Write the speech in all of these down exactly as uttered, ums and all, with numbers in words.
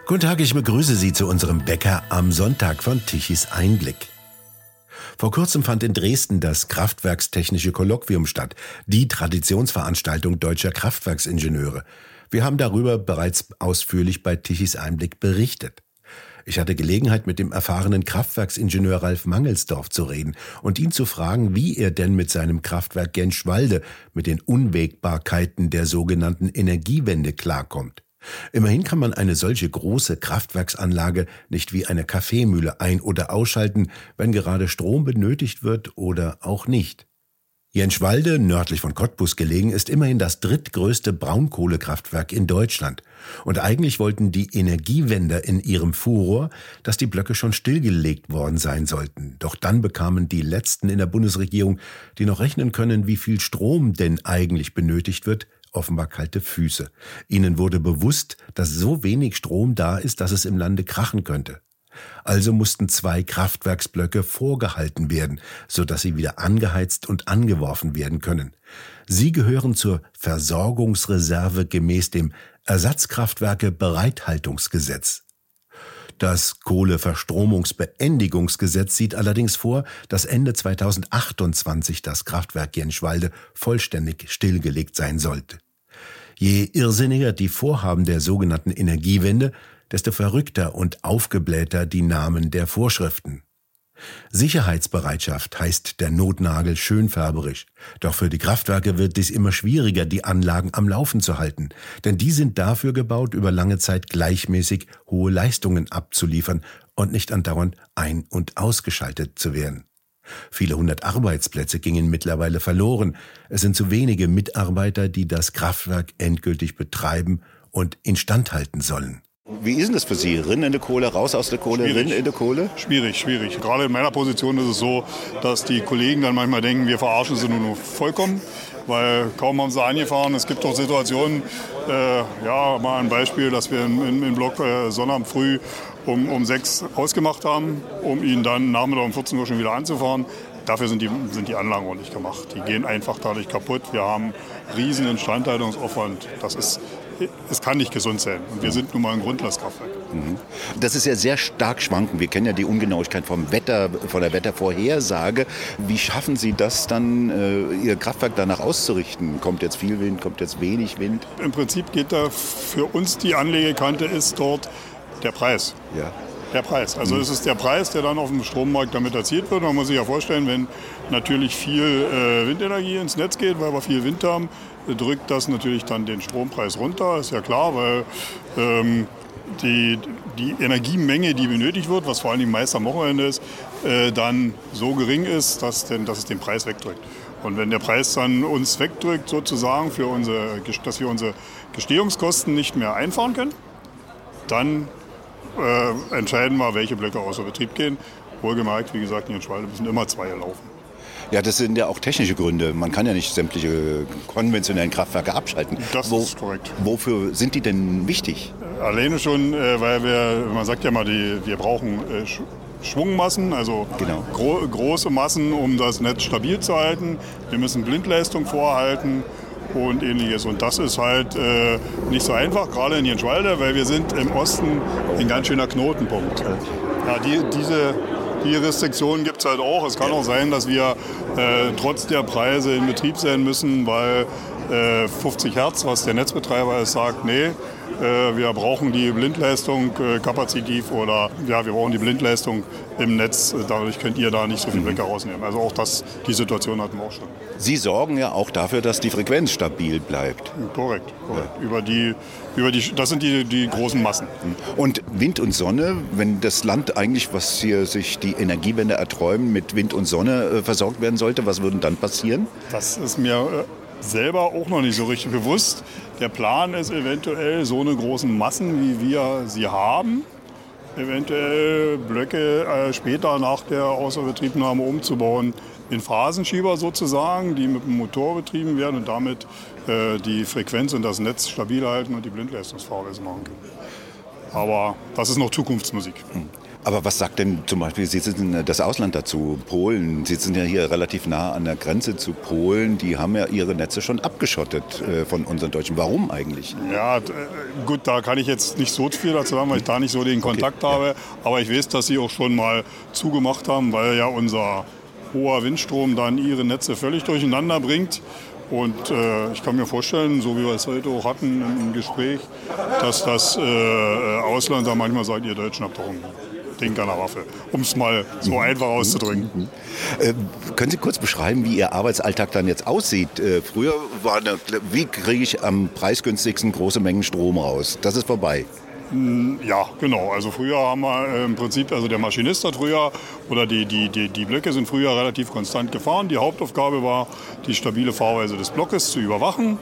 Guten Tag, ich begrüße Sie zu unserem Bäcker am Sonntag von Tichys Einblick. Vor kurzem fand in Dresden das Kraftwerkstechnische Kolloquium statt, die Traditionsveranstaltung deutscher Kraftwerksingenieure. Wir haben darüber bereits ausführlich bei Tichys Einblick berichtet. Ich hatte Gelegenheit, mit dem erfahrenen Kraftwerksingenieur Ralf Mangelsdorf zu reden und ihn zu fragen, wie er denn mit seinem Kraftwerk Genschwalde mit den Unwägbarkeiten der sogenannten Energiewende klarkommt. Immerhin kann man eine solche große Kraftwerksanlage nicht wie eine Kaffeemühle ein- oder ausschalten, wenn gerade Strom benötigt wird oder auch nicht. Genschwalde, nördlich von Cottbus gelegen, ist immerhin das drittgrößte Braunkohlekraftwerk in Deutschland. Und eigentlich wollten die Energiewender in ihrem Furor, dass die Blöcke schon stillgelegt worden sein sollten. Doch dann bekamen die Letzten in der Bundesregierung, die noch rechnen können, wie viel Strom denn eigentlich benötigt wird, offenbar kalte Füße. Ihnen wurde bewusst, dass so wenig Strom da ist, dass es im Lande krachen könnte. Also mussten zwei Kraftwerksblöcke vorgehalten werden, sodass sie wieder angeheizt und angeworfen werden können. Sie gehören zur Versorgungsreserve gemäß dem Ersatzkraftwerke-Bereithaltungsgesetz. Das Kohleverstromungsbeendigungsgesetz sieht allerdings vor, dass Ende zweitausendachtundzwanzig das Kraftwerk Genschwalde vollständig stillgelegt sein sollte. Je irrsinniger die Vorhaben der sogenannten Energiewende, desto verrückter und aufgeblähter die Namen der Vorschriften. Sicherheitsbereitschaft heißt der Notnagel schönfärberisch. Doch für die Kraftwerke wird es immer schwieriger, die Anlagen am Laufen zu halten. Denn die sind dafür gebaut, über lange Zeit gleichmäßig hohe Leistungen abzuliefern und nicht andauernd ein- und ausgeschaltet zu werden. Viele hundert Arbeitsplätze gingen mittlerweile verloren. Es sind zu wenige Mitarbeiter, die das Kraftwerk endgültig betreiben und instand halten sollen. Wie ist denn das für Sie? Rein in die Kohle, raus aus der Kohle, Schwierig. rein in die Kohle? Schwierig, schwierig. Gerade in meiner Position ist es so, dass die Kollegen dann manchmal denken, wir verarschen sie nur noch vollkommen, weil kaum haben sie angefahren. Es gibt auch Situationen, äh, ja, mal ein Beispiel, dass wir im, im Block äh, Sonnabend früh um, um sechs ausgemacht haben, um ihn dann Nachmittag um vierzehn Uhr schon wieder anzufahren. Dafür sind die, sind die Anlagen auch nicht gemacht. Die gehen einfach dadurch kaputt. Wir haben riesen Instandhaltungsaufwand. Das ist Es kann nicht gesund sein. Und wir sind nun mal ein Grundlastkraftwerk. Das ist ja sehr stark schwanken. Wir kennen ja die Ungenauigkeit vom Wetter, von der Wettervorhersage. Wie schaffen Sie das dann, äh, Ihr Kraftwerk danach auszurichten? Kommt jetzt viel Wind, kommt jetzt wenig Wind? Im Prinzip geht da für uns die Anlegekante ist dort der Preis. Ja. Der Preis. Also es ist der Preis, der dann auf dem Strommarkt damit erzielt wird. Man muss sich ja vorstellen, wenn natürlich viel äh, Windenergie ins Netz geht, weil wir viel Wind haben, drückt das natürlich dann den Strompreis runter. Ist ja klar, weil ähm, die, die Energiemenge, die benötigt wird, was vor allem meist am Wochenende ist, äh, dann so gering ist, dass, denn, dass es den Preis wegdrückt. Und wenn der Preis dann uns wegdrückt, sozusagen, für unsere, dass wir unsere Gestehungskosten nicht mehr einfahren können, dann äh, entscheiden wir, welche Blöcke außer Betrieb gehen. Wohlgemerkt, wie gesagt, in Genschwalde müssen immer zwei laufen. Ja, das sind ja auch technische Gründe. Man kann ja nicht sämtliche konventionellen Kraftwerke abschalten. Das Wo, ist korrekt. Wofür sind die denn wichtig? Alleine schon, äh, weil wir, man sagt ja mal, die, wir brauchen äh, Schwungmassen, also Genau. gro- große Massen, um das Netz stabil zu halten. Wir müssen Blindleistung vorhalten und ähnliches. Und das ist halt äh, nicht so einfach, gerade in Genschwalde, weil wir sind im Osten ein ganz schöner Knotenpunkt. Ja, die, diese die Restriktionen gibt es halt auch. Es kann auch sein, dass wir äh, trotz der Preise in Betrieb sein müssen, weil äh, fünfzig Hertz, was der Netzbetreiber ist, sagt, nee, äh, wir brauchen die Blindleistung äh, kapazitiv oder ja, wir brauchen die Blindleistung im Netz. Dadurch könnt ihr da nicht so viel Blöcke rausnehmen. Also auch das, die Situation hatten wir auch schon. Sie sorgen ja auch dafür, dass die Frequenz stabil bleibt. Korrekt. korrekt. Ja. Über die, über die, das sind die, die großen Massen. Und Wind und Sonne, wenn das Land eigentlich, was hier sich die Energiewende erträumen, mit Wind und Sonne äh, versorgt werden sollte, was würde dann passieren? Das ist mir äh, selber auch noch nicht so richtig bewusst. Der Plan ist eventuell, so eine großen Massen, wie wir sie haben, eventuell Blöcke äh, später nach der Außerbetriebnahme umzubauen in Phasenschieber sozusagen, die mit dem Motor betrieben werden und damit äh, die Frequenz und das Netz stabil halten und die Blindleistungsfahrweise machen können. Aber das ist noch Zukunftsmusik. Aber was sagt denn zum Beispiel, Sie sitzen das Ausland dazu, Polen, Sie sind ja hier relativ nah an der Grenze zu Polen, die haben ja ihre Netze schon abgeschottet äh, von unseren Deutschen. Warum eigentlich? Ja, gut, da kann ich jetzt nicht so viel dazu sagen, weil ich da nicht so den Kontakt okay, habe. Ja. Aber ich weiß, dass sie auch schon mal zugemacht haben, weil ja unser hoher Windstrom dann ihre Netze völlig durcheinander bringt. Und äh, ich kann mir vorstellen, so wie wir es heute auch hatten im Gespräch, dass das äh, Ausland da manchmal sagt, ihr Deutschen habt doch einen Ding an der Waffe, um es mal so mhm. einfach auszudrücken. Mhm. Äh, können Sie kurz beschreiben, wie Ihr Arbeitsalltag dann jetzt aussieht? Äh, früher war eine, wie kriege ich am preisgünstigsten große Mengen Strom raus? Das ist vorbei. Ja, genau. Also früher haben wir im Prinzip, also der Maschinist hat früher, oder die, die, die, die Blöcke sind früher relativ konstant gefahren. Die Hauptaufgabe war, die stabile Fahrweise des Blockes zu überwachen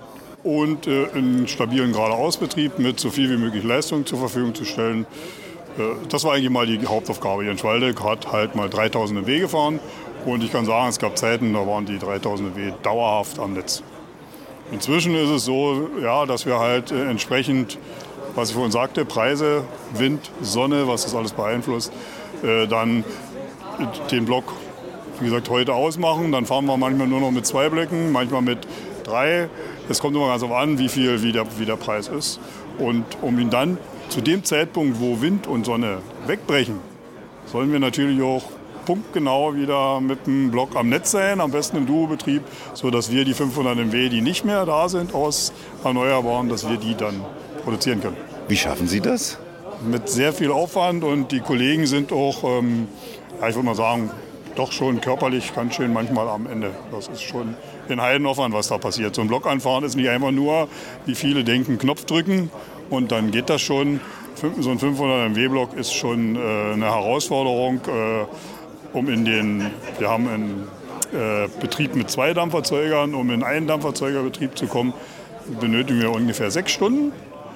und äh, einen stabilen Geradeausbetrieb mit so viel wie möglich Leistung zur Verfügung zu stellen. Äh, das war eigentlich mal die Hauptaufgabe. Jens Waldeck hat halt mal dreitausend M W gefahren und ich kann sagen, es gab Zeiten, da waren die dreitausend M W dauerhaft am Netz. Inzwischen ist es so, ja, dass wir halt äh, entsprechend, was ich vorhin sagte, Preise, Wind, Sonne, was das alles beeinflusst, äh, dann den Block, wie gesagt, heute ausmachen. Dann fahren wir manchmal nur noch mit zwei Blöcken, manchmal mit drei. Es kommt immer ganz darauf an, wie viel wie der, wie der Preis ist. Und um ihn dann zu dem Zeitpunkt, wo Wind und Sonne wegbrechen, sollen wir natürlich auch punktgenau wieder mit dem Block am Netz sein, am besten im Duo-Betrieb, sodass wir die fünfhundert M W, die nicht mehr da sind aus Erneuerbaren, dass wir die dann produzieren können. Wie schaffen Sie das? Mit sehr viel Aufwand und die Kollegen sind auch, ähm, ja, ich würde mal sagen, doch schon körperlich ganz schön manchmal am Ende. Das ist schon ein Heidenaufwand, was da passiert. So ein Block anfahren ist nicht einfach nur, wie viele denken, Knopf drücken und dann geht das schon. So ein fünfhundert M W-Block ist schon äh, eine Herausforderung, äh, um in den, wir haben einen äh, Betrieb mit zwei Dampferzeugern, um in einen Dampferzeugerbetrieb zu kommen, benötigen wir ungefähr sechs Stunden.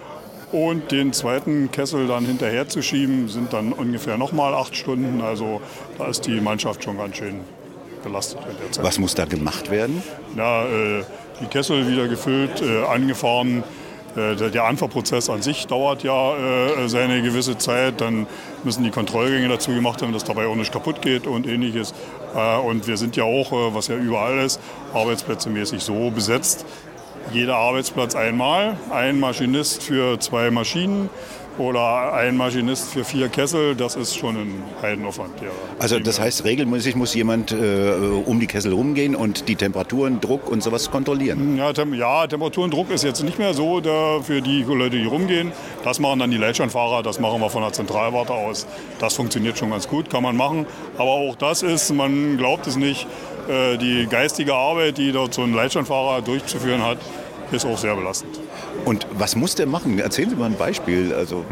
Und den zweiten Kessel dann hinterher zu schieben, sind dann ungefähr nochmal acht Stunden. Also da ist die Mannschaft schon ganz schön belastet in der Zeit. Was muss da gemacht werden? Ja, äh, die Kessel wieder gefüllt, äh, angefahren. Äh, der, der Anfahrprozess an sich dauert ja äh, seine gewisse Zeit. Dann müssen die Kontrollgänge dazu gemacht werden, dass dabei auch nicht kaputt geht und ähnliches. Äh, und wir sind ja auch, äh, was ja überall ist, arbeitsplätzemäßig so besetzt. Jeder Arbeitsplatz einmal, ein Maschinist für zwei Maschinen oder ein Maschinist für vier Kessel, das ist schon ein Heidenaufwand. Ja. Also das heißt, regelmäßig muss jemand äh, um die Kessel rumgehen und die Temperaturen, Druck und sowas kontrollieren? Ja, Tem- ja Temperatur und Druck ist jetzt nicht mehr so da für die Leute, die rumgehen. Das machen dann die Leitstandfahrer, das machen wir von der Zentralwarte aus. Das funktioniert schon ganz gut, kann man machen. Aber auch das ist, man glaubt es nicht, äh, die geistige Arbeit, die dort so ein Leitstandfahrer durchzuführen hat, ist auch sehr belastend. Und was muss der machen? Erzählen Sie mal ein Beispiel. Also,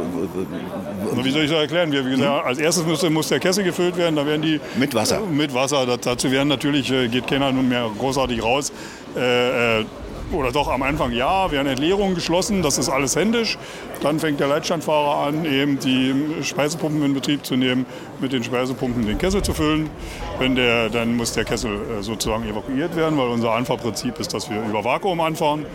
also wie soll ich das erklären? Wie gesagt, als erstes muss, muss der Kessel gefüllt werden. Da werden die mit Wasser. Äh, mit Wasser. Das, dazu werden natürlich, äh, geht keiner nun mehr großartig raus. Äh, äh, oder doch am Anfang ja, werden Entleerungen geschlossen. Das ist alles händisch. Dann fängt der Leitstandfahrer an, eben die Speisepumpen in Betrieb zu nehmen, mit den Speisepumpen den Kessel zu füllen. Wenn der, dann muss der Kessel äh, sozusagen evakuiert werden, weil unser Anfahrprinzip ist, dass wir über Vakuum anfahren.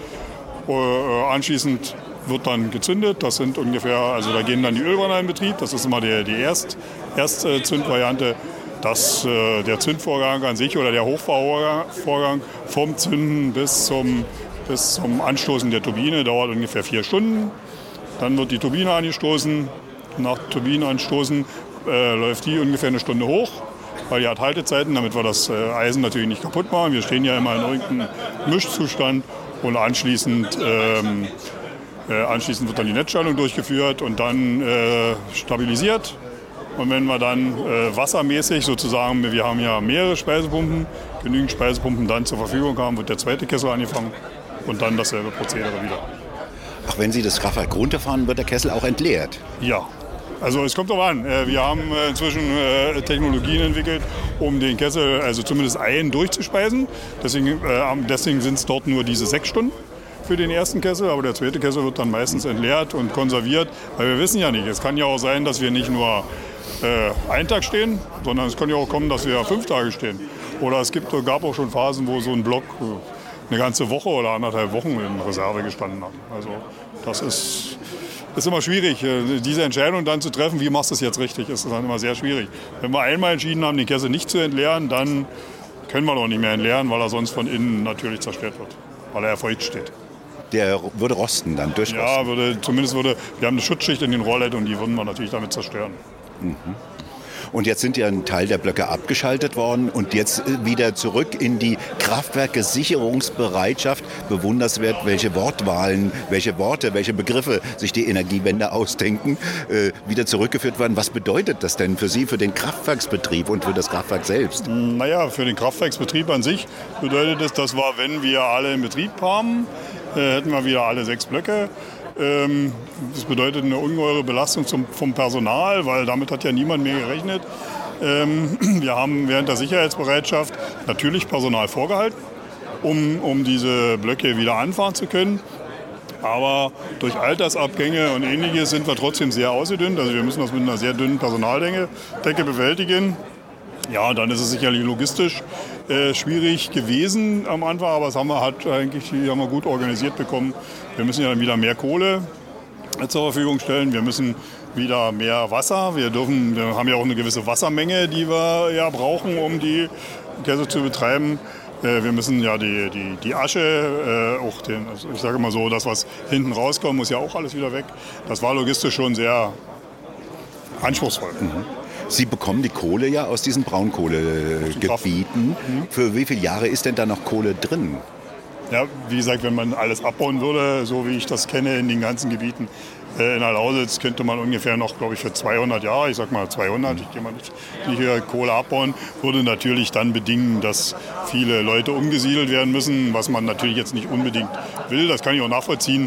Äh, anschließend wird dann gezündet. Das sind ungefähr, also da gehen dann die Ölbrenner in Betrieb. Das ist immer die, die Erst, Erstzündvariante. Das, äh, der Zündvorgang an sich oder der Hochfahrvorgang vom Zünden bis zum, bis zum Anstoßen der Turbine dauert ungefähr vier Stunden. Dann wird die Turbine angestoßen. Nach Turbinenanstoßen äh, läuft die ungefähr eine Stunde hoch, weil die hat Haltezeiten, damit wir das äh, Eisen natürlich nicht kaputt machen. Wir stehen ja immer in irgendeinem Mischzustand. Und anschließend, ähm, äh, anschließend wird dann die Netzschaltung durchgeführt und dann äh, stabilisiert. Und wenn wir dann äh, wassermäßig sozusagen, wir haben ja mehrere Speisepumpen, genügend Speisepumpen dann zur Verfügung haben, wird der zweite Kessel angefangen und dann dasselbe Prozedere wieder. Ach, wenn Sie das Kraftwerk runterfahren, wird der Kessel auch entleert? Ja. Also es kommt darauf an. Wir haben inzwischen Technologien entwickelt, um den Kessel, also zumindest einen, durchzuspeisen. Deswegen, deswegen sind es dort nur diese sechs Stunden für den ersten Kessel. Aber der zweite Kessel wird dann meistens entleert und konserviert. Weil wir wissen ja nicht, es kann ja auch sein, dass wir nicht nur äh, einen Tag stehen, sondern es kann ja auch kommen, dass wir fünf Tage stehen. Oder es gibt, gab auch schon Phasen, wo so ein Block eine ganze Woche oder anderthalb Wochen in Reserve gestanden hat. Also das ist... ist immer schwierig, diese Entscheidung dann zu treffen, wie machst du es jetzt richtig, ist dann immer sehr schwierig. Wenn wir einmal entschieden haben, den Kessel nicht zu entleeren, dann können wir doch nicht mehr entleeren, weil er sonst von innen natürlich zerstört wird, weil er feucht steht. Der würde rosten, dann durchrosten? Ja, würde, zumindest würde, wir haben eine Schutzschicht in den Rohrleitungen, die würden wir natürlich damit zerstören. Mhm. Und jetzt sind ja ein Teil der Blöcke abgeschaltet worden und jetzt wieder zurück in die Kraftwerke-Sicherungsbereitschaft. Bewunderswert, welche Wortwahlen, welche Worte, welche Begriffe sich die Energiewende ausdenken, äh, wieder zurückgeführt werden. Was bedeutet das denn für Sie, für den Kraftwerksbetrieb und für das Kraftwerk selbst? Naja, für den Kraftwerksbetrieb an sich bedeutet es, das war, wenn wir alle in Betrieb haben, äh, hätten wir wieder alle sechs Blöcke. Das bedeutet eine ungeheure Belastung zum, vom Personal, weil damit hat ja niemand mehr gerechnet. Wir haben während der Sicherheitsbereitschaft natürlich Personal vorgehalten, um, um diese Blöcke wieder anfahren zu können. Aber durch Altersabgänge und Ähnliches sind wir trotzdem sehr ausgedünnt. Also wir müssen das mit einer sehr dünnen Personaldecke Decke bewältigen. Ja, dann ist es sicherlich logistisch äh, schwierig gewesen am Anfang, aber das haben wir halt eigentlich haben wir gut organisiert bekommen. Wir müssen ja dann wieder mehr Kohle zur Verfügung stellen. Wir müssen wieder mehr Wasser. Wir dürfen, wir haben ja auch eine gewisse Wassermenge, die wir ja brauchen, um die Kessel zu betreiben. Äh, wir müssen ja die, die, die Asche, äh, auch den, also ich sage mal so, das, was hinten rauskommt, muss ja auch alles wieder weg. Das war logistisch schon sehr anspruchsvoll. Mhm. Sie bekommen die Kohle ja aus diesen Braunkohlegebieten. Mhm. Für wie viele Jahre ist denn da noch Kohle drin? Ja, wie gesagt, wenn man alles abbauen würde, so wie ich das kenne in den ganzen Gebieten äh, in der Lausitz, könnte man ungefähr noch, glaube ich, für zweihundert Jahre, ich sag mal zweihundert, ich gehe mal nicht, nicht hier Kohle abbauen, würde natürlich dann bedingen, dass viele Leute umgesiedelt werden müssen, was man natürlich jetzt nicht unbedingt will. Das kann ich auch nachvollziehen.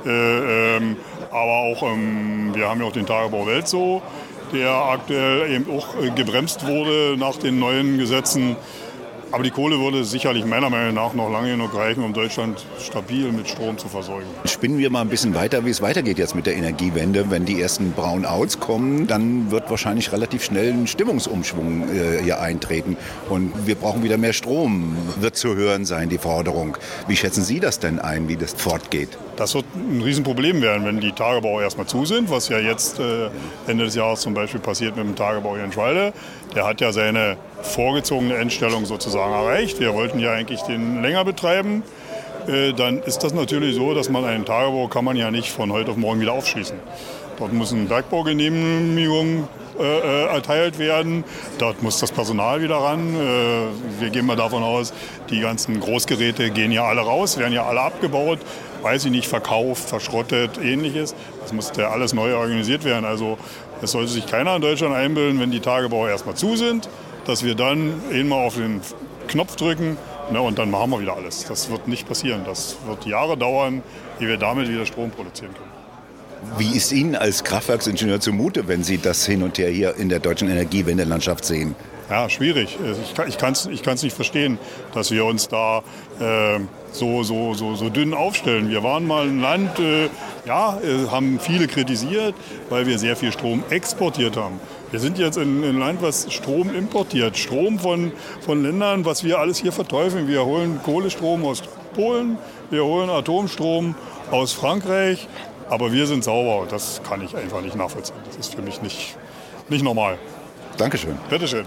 Äh, ähm, aber auch, ähm, wir haben ja auch den Tagebau Welt so, der aktuell eben auch gebremst wurde nach den neuen Gesetzen. Aber die Kohle würde sicherlich meiner Meinung nach noch lange genug reichen, um Deutschland stabil mit Strom zu versorgen. Spinnen wir mal ein bisschen weiter, wie es weitergeht jetzt mit der Energiewende. Wenn die ersten Brownouts kommen, dann wird wahrscheinlich relativ schnell ein Stimmungsumschwung äh, hier eintreten. Und wir brauchen wieder mehr Strom, wird zu hören sein, die Forderung. Wie schätzen Sie das denn ein, wie das fortgeht? Das wird ein Riesenproblem werden, wenn die Tagebau erstmal zu sind, was ja jetzt äh, Ende des Jahres zum Beispiel passiert mit dem Tagebau Jenschwalde. Der hat ja seine vorgezogene Endstellung sozusagen erreicht. Wir wollten ja eigentlich den länger betreiben. Äh, dann ist das natürlich so, dass man einen Tagebau kann man ja nicht von heute auf morgen wieder aufschließen. Dort muss eine Bergbaugenehmigung äh, erteilt werden. Dort muss das Personal wieder ran. Äh, wir gehen mal davon aus, die ganzen Großgeräte gehen ja alle raus, werden ja alle abgebaut. Weiß ich nicht, verkauft, verschrottet, Ähnliches. Das muss ja alles neu organisiert werden. Also es sollte sich keiner in Deutschland einbilden, wenn die Tagebau erstmal zu sind, dass wir dann einmal auf den Knopf drücken, ne, und dann machen wir wieder alles. Das wird nicht passieren. Das wird Jahre dauern, ehe wir damit wieder Strom produzieren können. Wie ist Ihnen als Kraftwerksingenieur zumute, wenn Sie das hin und her hier in der deutschen Energiewendelandschaft sehen? Ja, schwierig. Ich kann es ich kann's nicht verstehen, dass wir uns da äh, so, so, so, so dünn aufstellen. Wir waren mal ein Land, äh, ja, äh, haben viele kritisiert, weil wir sehr viel Strom exportiert haben. Wir sind jetzt in ein Land, was Strom importiert. Strom von, von Ländern, was wir alles hier verteufeln. Wir holen Kohlestrom aus Polen, wir holen Atomstrom aus Frankreich. Aber wir sind sauber. Das kann ich einfach nicht nachvollziehen. Das ist für mich nicht, nicht normal. Dankeschön. Bitteschön.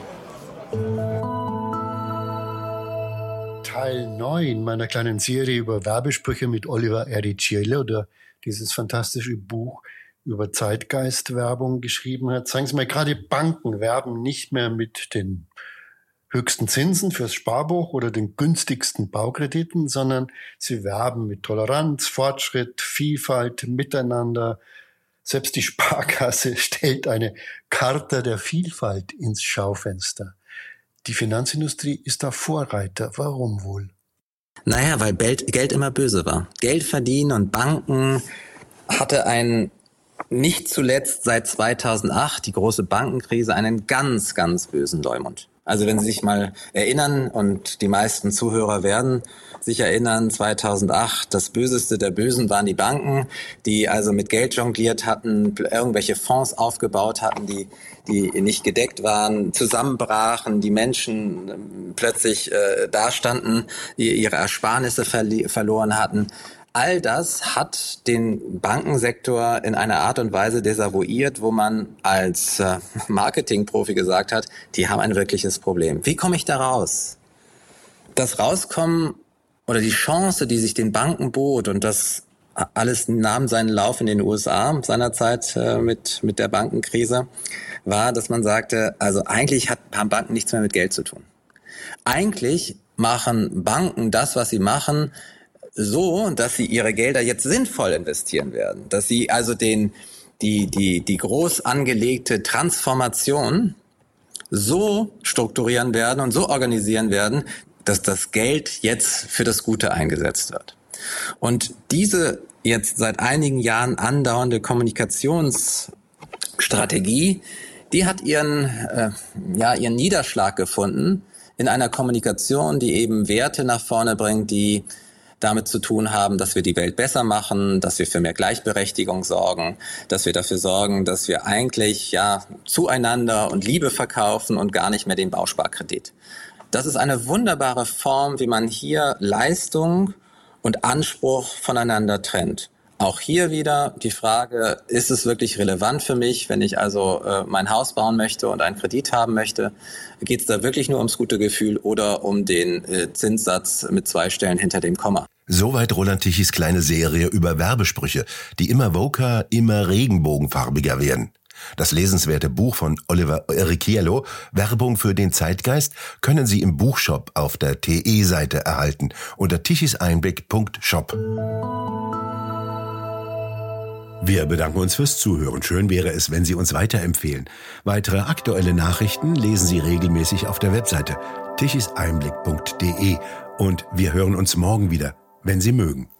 Teil neun meiner kleinen Serie über Werbesprüche mit Oliver Ericiello, der dieses fantastische Buch über Zeitgeistwerbung geschrieben hat. Sagen Sie mal, gerade Banken werben nicht mehr mit den höchsten Zinsen fürs Sparbuch oder den günstigsten Baukrediten, sondern sie werben mit Toleranz, Fortschritt, Vielfalt, Miteinander. Selbst die Sparkasse stellt eine Charta der Vielfalt ins Schaufenster. Die Finanzindustrie ist da Vorreiter. Warum wohl? Naja, weil Geld immer böse war. Geld verdienen und Banken hatte ein, nicht zuletzt seit zweitausendacht, die große Bankenkrise, einen ganz, ganz bösen Leumund. Also wenn Sie sich mal erinnern, und die meisten Zuhörer werden sich erinnern, zweitausendacht, das Böseste der Bösen waren die Banken, die also mit Geld jongliert hatten, irgendwelche Fonds aufgebaut hatten, die die nicht gedeckt waren, zusammenbrachen, die Menschen plötzlich äh, dastanden, ihre Ersparnisse verli- verloren hatten. all das hat den Bankensektor in einer Art und Weise desavouiert, wo man als äh, Marketingprofi gesagt hat, die haben ein wirkliches Problem. Wie komme ich da raus? Das Rauskommen oder die Chance, die sich den Banken bot, und das alles nahm seinen Lauf in den U S A seinerzeit äh, mit mit der Bankenkrise, war, dass man sagte, also eigentlich hat, haben Banken nichts mehr mit Geld zu tun. Eigentlich machen Banken das, was sie machen, so, dass sie ihre Gelder jetzt sinnvoll investieren werden. Dass sie also den, die, die, die groß angelegte Transformation so strukturieren werden und so organisieren werden, dass das Geld jetzt für das Gute eingesetzt wird. Und diese jetzt seit einigen Jahren andauernde Kommunikationsstrategie, die hat ihren, äh, ja, ihren Niederschlag gefunden in einer Kommunikation, die eben Werte nach vorne bringt, die damit zu tun haben, dass wir die Welt besser machen, dass wir für mehr Gleichberechtigung sorgen, dass wir dafür sorgen, dass wir eigentlich ja zueinander und Liebe verkaufen und gar nicht mehr den Bausparkredit. Das ist eine wunderbare Form, wie man hier Leistung und Anspruch voneinander trennt. Auch hier wieder die Frage, ist es wirklich relevant für mich, wenn ich also äh, mein Haus bauen möchte und einen Kredit haben möchte? Geht es da wirklich nur ums gute Gefühl oder um den äh, Zinssatz mit zwei Stellen hinter dem Komma? Soweit Roland Tichys kleine Serie über Werbesprüche, die immer woker, immer regenbogenfarbiger werden. Das lesenswerte Buch von Oliver Erichiello, Werbung für den Zeitgeist, können Sie im Buchshop auf der T E-Seite erhalten unter tichiseinblick punkt shop. Wir bedanken uns fürs Zuhören. Schön wäre es, wenn Sie uns weiterempfehlen. Weitere aktuelle Nachrichten lesen Sie regelmäßig auf der Webseite tichiseinblick punkt de und wir hören uns morgen wieder, wenn Sie mögen.